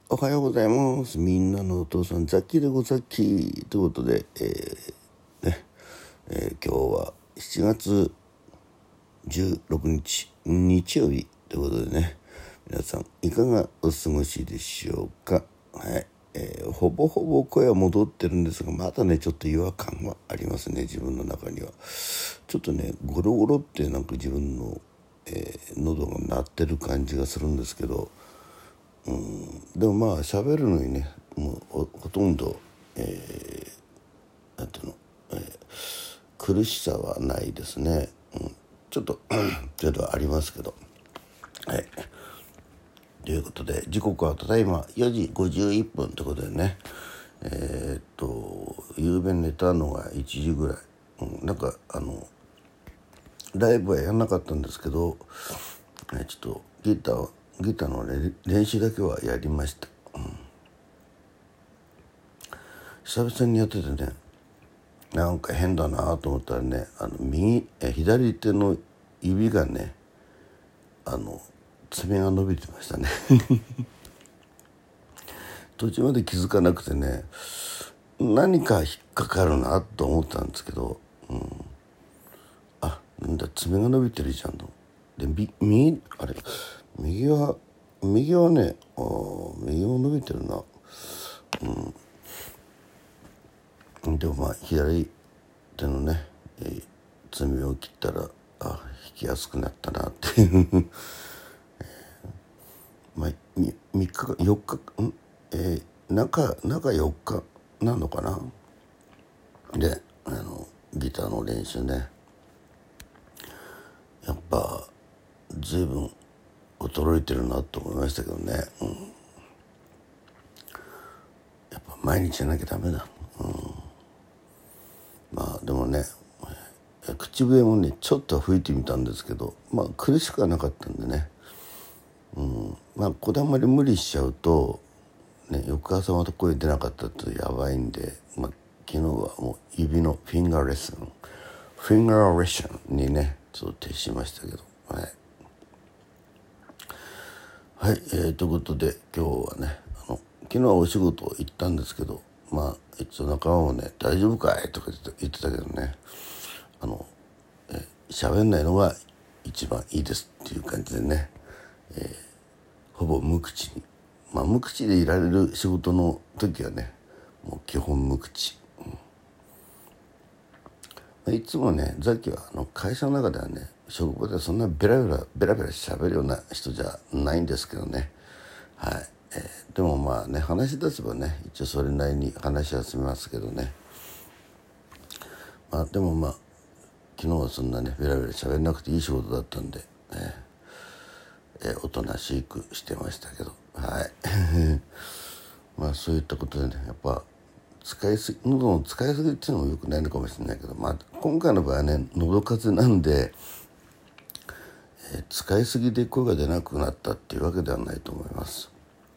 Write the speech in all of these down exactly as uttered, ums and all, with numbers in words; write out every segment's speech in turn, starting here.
おはようございます。みんなのお父さんザッキーでござっきということで、えーねえー、今日はしちがつじゅうろくにち日曜日ということでね、皆さんいかがお過ごしでしょうか。はい、えー、ほぼほぼ声は戻ってるんですが、まだねちょっと違和感はありますね。自分の中にはちょっとねゴロゴロってなんか自分の、えー、喉が鳴ってる感じがするんですけど、うん、でもまあ喋るのにねもう ほ, ほとんど、えー、なんていうの、えー、苦しさはないですね、うん、ちょっと程度はありますけど、はい、ということで時刻はただいまよじごじゅういっぷんということでね、えー、っと夕べ寝たのがいちじぐらい、うん、なんかあのライブはやんなかったんですけど、えちょっとギターギターの練習だけはやりました、うん、久々にやっててね、なんか変だなと思ったらね、あの右え左手の指がね、あの爪が伸びてましたね途中まで気づかなくてね、何か引っかかるなと思ったんですけど、うん、あ、なんだ爪が伸びてるじゃんと。で右あれ右は右はね、あ右も伸びてるな、うん、でもまあ左手のね、えー、爪を切ったらあ引きやすくなったなっていうまあみみっかかよっかん、えー、中中よっかなのかな。であのギターの練習ね、やっぱ随分衰えてるなと思いましたけどね、うん、やっぱ毎日やらなきゃダメだ、うん、まあでもね口笛もねちょっと吹いてみたんですけど、まあ苦しくはなかったんでね、うん、まあこだまり無理しちゃうと、ね、翌朝また声出なかったってやばいんで、まあ、昨日はもう指のフィンガーレッスンフィンガーレッスンにねちょっと徹しましたけど、はい、はい、えー、ということで今日はね、あの昨日はお仕事行ったんですけど、まあ一応仲間もね大丈夫かいとか言ってたけどね、あのえ喋んないのが一番いいですっていう感じでね、えー、ほぼ無口に、まあ無口でいられる仕事の時はねもう基本無口、うん、いつもねザキはあの会社の中ではね職場ではそんなベラベラベラベラ喋るような人じゃないんですけどね、はい、えー、でもまあね話し出せばね一応それなりに話は済みますけどね、まあでもまあ昨日はそんなねベラベラ喋んなくていい仕事だったんで、ねえー、おとなしくしてましたけど、はいまあそういったことでねやっぱ使いすぎ喉の使いすぎっていうのもよくないのかもしれないけど、まあ今回の場合はね喉風邪なんで、えー、使いすぎで声が出なくなったっていうわけではないと思います。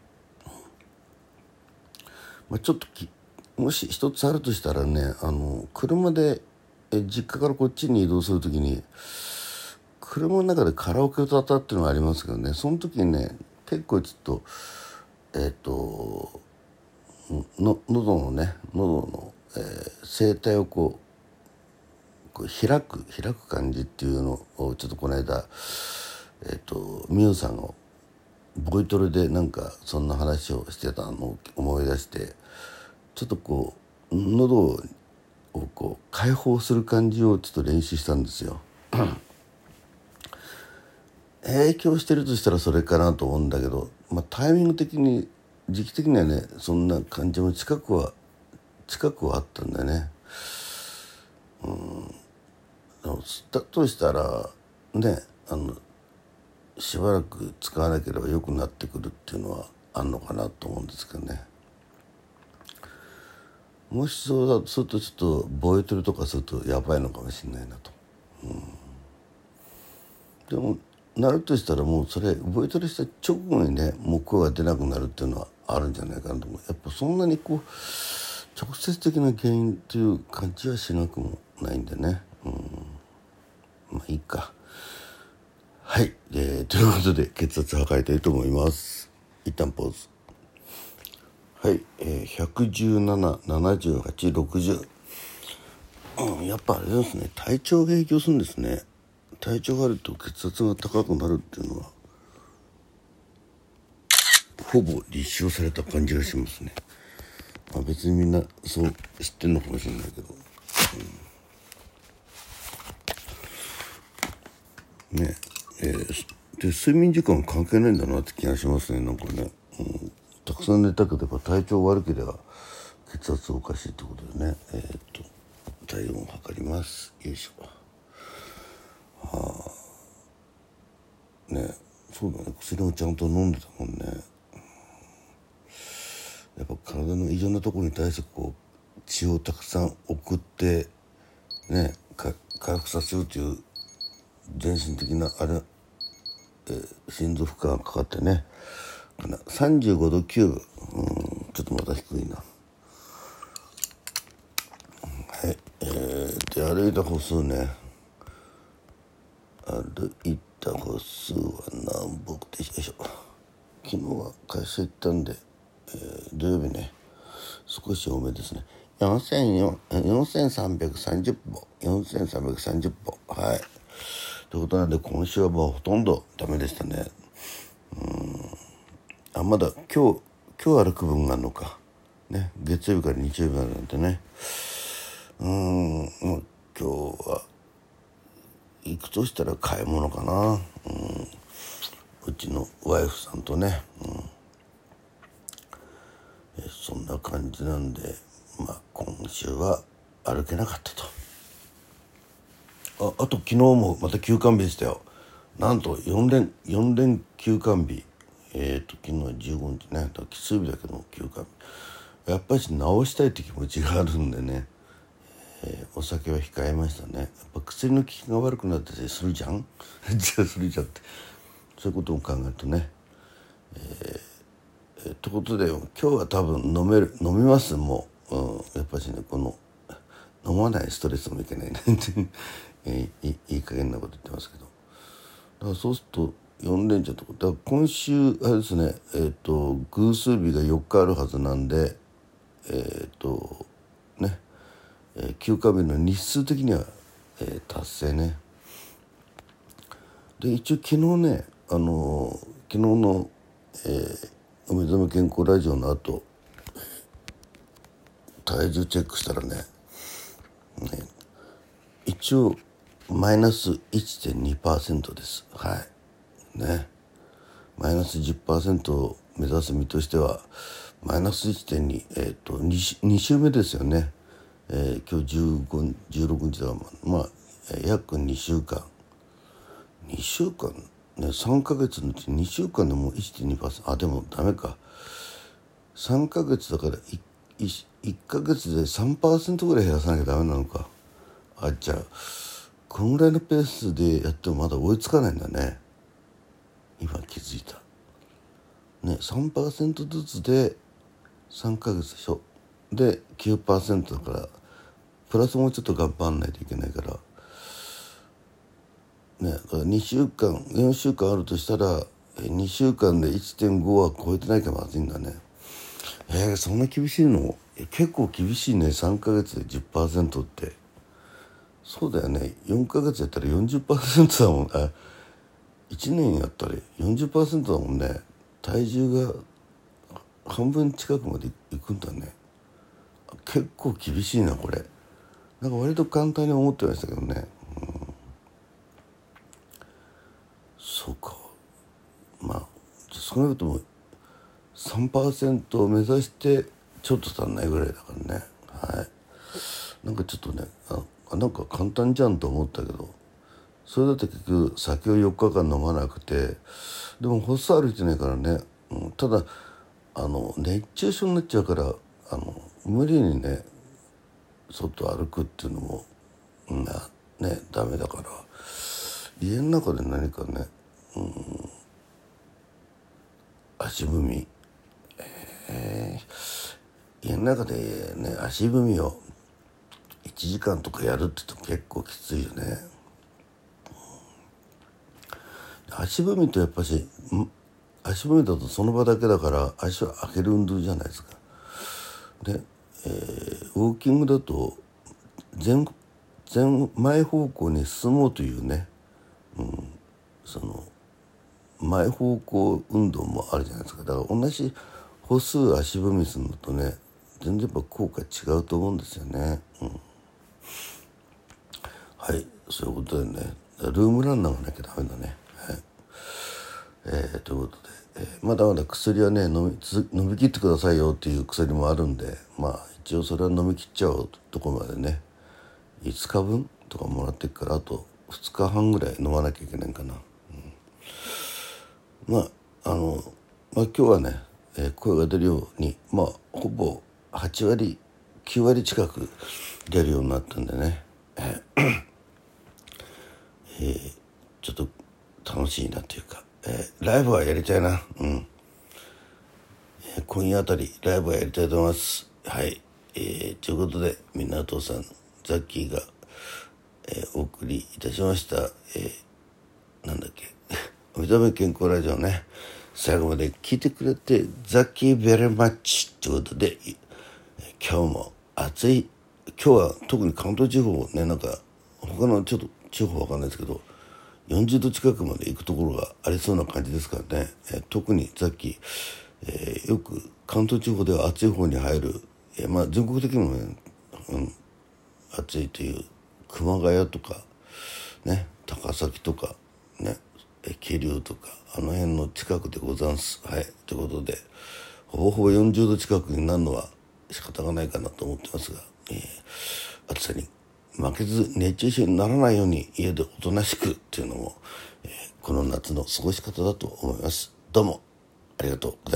まあ、ちょっときもし一つあるとしたらね、あの車でえ実家からこっちに移動するときに車の中でカラオケを歌ったっていうのがありますけどね、その時にね結構ちょっとえっ、ー、との喉のね喉の、えー、声帯をこう、こう開く開く感じっていうのをちょっとこの間えっ、ー、とミュウさんがボイトレでなんかそんな話をしてたのを思い出して、ちょっとこう喉をこう解放する感じをちょっと練習したんですよ影響してるとしたらそれかなと思うんだけど、まあ、タイミング的に時期的にはねそんな感じも近くは近くはあったんだよね。うんだとしたらねあのしばらく使わなければ良くなってくるっていうのはあるのかなと思うんですけどね。もしそうだとするとちょっとボイトレとかするとやばいのかもしれないなと、うん、でもなるとしたらもうそれボイトレした直後にねもう声が出なくなるっていうのはあるんじゃないかなと思う。やっぱそんなにこう直接的な原因という感じはしなくもないんでね、うん、まあいいか。はい、えー、ということで血圧測りたいと思います。一旦ポーズ。 はい、えー、ひゃくじゅうなな、ななじゅうはち、ろくじゅう、うん、やっぱあれですね、体調が影響するんですね。体調が悪いと血圧が高くなるっていうのはほぼ立証された感じがしますね。まあ、別にみんなそう知ってんのかもしれないけど、うん、ねえー、で睡眠時間関係ないんだなって気がしますね。なんかね、うん、たくさん寝たければ体調悪ければ血圧おかしいってことでね、えー、っと体温を測ります。よいしょ。はあね、そうだね、薬もちゃんと飲んでたもんね。やっぱ体の異常なところに対してこう血をたくさん送ってね、回復させようという全身的なあれ、えー、心臓負荷がかかってね、さんじゅうごどきゅうぶ、うん、ちょっとまた低いな。はい、えー、で歩いた歩数ね、歩いた歩数は何歩でしょう。昨日は会社行ったんで、えー、土曜日ね少し多めですね。よんせんさんびゃくさんじゅっぽよんせんさんびゃくさんじゅっぽ、はい、ということなんで今週はもうほとんどダメでしたね。うん、あまだ今日今日歩く分があるのかね、月曜日から日曜日までなんてね。うーん、もう今日は行くとしたら買い物かな。うん、うちのワイフさんとね、うん、えそんな感じなんで、まあ今週は歩けなかったと。あ, あと昨日もまた休館日でしたよ。なんとよん連よん連休館日。えっ、ー、と昨日はじゅうごにちね、奇数日だけど休館日。やっぱり直したいって気持ちがあるんでね、えー、お酒は控えましたね。やっぱ薬の効きが悪くなってするじゃんじゃあするじゃんって、そういうことを考えるとね、えーえー、ということで今日は多分飲める飲みますもう、うん、やっぱしねこの飲まないストレスもいけないねえー、い, いい加減なこと言ってますけど、だからそうするとよん連チャンとか、だから今週あれですね、えっ、ー、と偶数日がよっかあるはずなんで、えっ、ー、とね、えー、休暇日の日数的には、えー、達成ね。で一応昨日ね、あのー、昨日の、えー、お目覚め健康ラジオの後体重チェックしたらね、ね一応マイナス いってんにパーセント です。はいね、マイナス じゅっパーセント を目指す身としてはマイナス いってんに、えー、と 2, 2週目ですよね。えー、今日じゅうご、じゅうろくにちだから、まあ、えー、約にしゅうかんにしゅうかんね、さんかげつのうちにしゅうかんでもう いってんにパーセント、 あでもダメか、さんかげつだから い, い, いっかげつで さんパーセント ぐらい減らさなきゃダメなのか。あじゃあこのぐらいのペースでやってもまだ追いつかないんだね。今気づいたね。 さんパーセント ずつでさんかげつでしょ。で きゅうパーセント だからプラスもうちょっと頑張んないといけないからね。だからにしゅうかんよんしゅうかんあるとしたらにしゅうかんで いってんご は超えてないからまずいんだね。えー、そんな厳しいの？結構厳しいね。さんかげつで じゅっパーセント って。そうだよね。よんかげつやったら よんじゅっパーセント だもん。あいちねんやったら よんじゅっパーセント だもんね。体重が半分近くまでいくんだね。結構厳しいなこれ。なんか割と簡単に思ってましたけどね、うん、そうか。まあ少なくとも さんパーセント を目指してちょっと足んないぐらいだからね。はい、なんかちょっとね、あなんか簡単じゃんと思ったけど、それだと結局酒をよっかかん飲まなくて、でも歩数歩いてないからね、うん、ただあの熱中症になっちゃうからあの無理にね外歩くっていうのも、うん、ねダメだから家の中で何かね、うん、足踏み、えー、家の中でね足踏みをいちじかんとかやるって言っても結構きついよね。足踏みとやっぱし足踏みだとその場だけだから足を上げる運動じゃないですか。 で、えー、ウォーキングだと前前前方向に進もうというね、うん、その前方向運動もあるじゃないですか。だから同じ歩数足踏みするのとね、全然やっぱ効果違うと思うんですよね。うん、はい、そういうことでね、ルームランナーがなきゃダメだね。はい、えー、ということで、えー、まだまだ薬はね飲みつ飲み切ってくださいよっていう薬もあるんで、まあ一応それは飲み切っちゃおうとこまでね、いつかぶんとかもらってっから、あとふつかはんぐらい飲まなきゃいけないかな。うん、まああの、まあ、今日はね、えー、声が出るように、まあほぼはちわりきゅうわり近く出るようになったんでね、えーえー、ちょっと楽しいなというか、えー、ライブはやりたいな。うん、えー、今夜あたりライブはやりたいと思います。はい、えー、ということで、みんなお父さんザッキーが、えー、お送りいたしました、えー、なんだっけお見た目健康ラジオね、最後まで聞いてくれてザッキーベリーマッチということで、えー、今日も暑い、今日は特に関東地方ね、なんか他のちょっと地方わかんないですけどよんじゅうど近くまで行くところがありそうな感じですからね、えー、特にさっき、えー、よく関東地方では暑い方に入る、えー、まあ全国的にもね、うん、暑いという熊谷とかね、高崎とかね、桐生とかあの辺の近くでござんす。はい、ということでほぼほぼよんじゅうど近くになるのは仕方がないかなと思ってますが、えー、暑さに負けず熱中症にならないように家でおとなしくっていうのも、えー、この夏の過ごし方だと思います。どうもありがとうございました。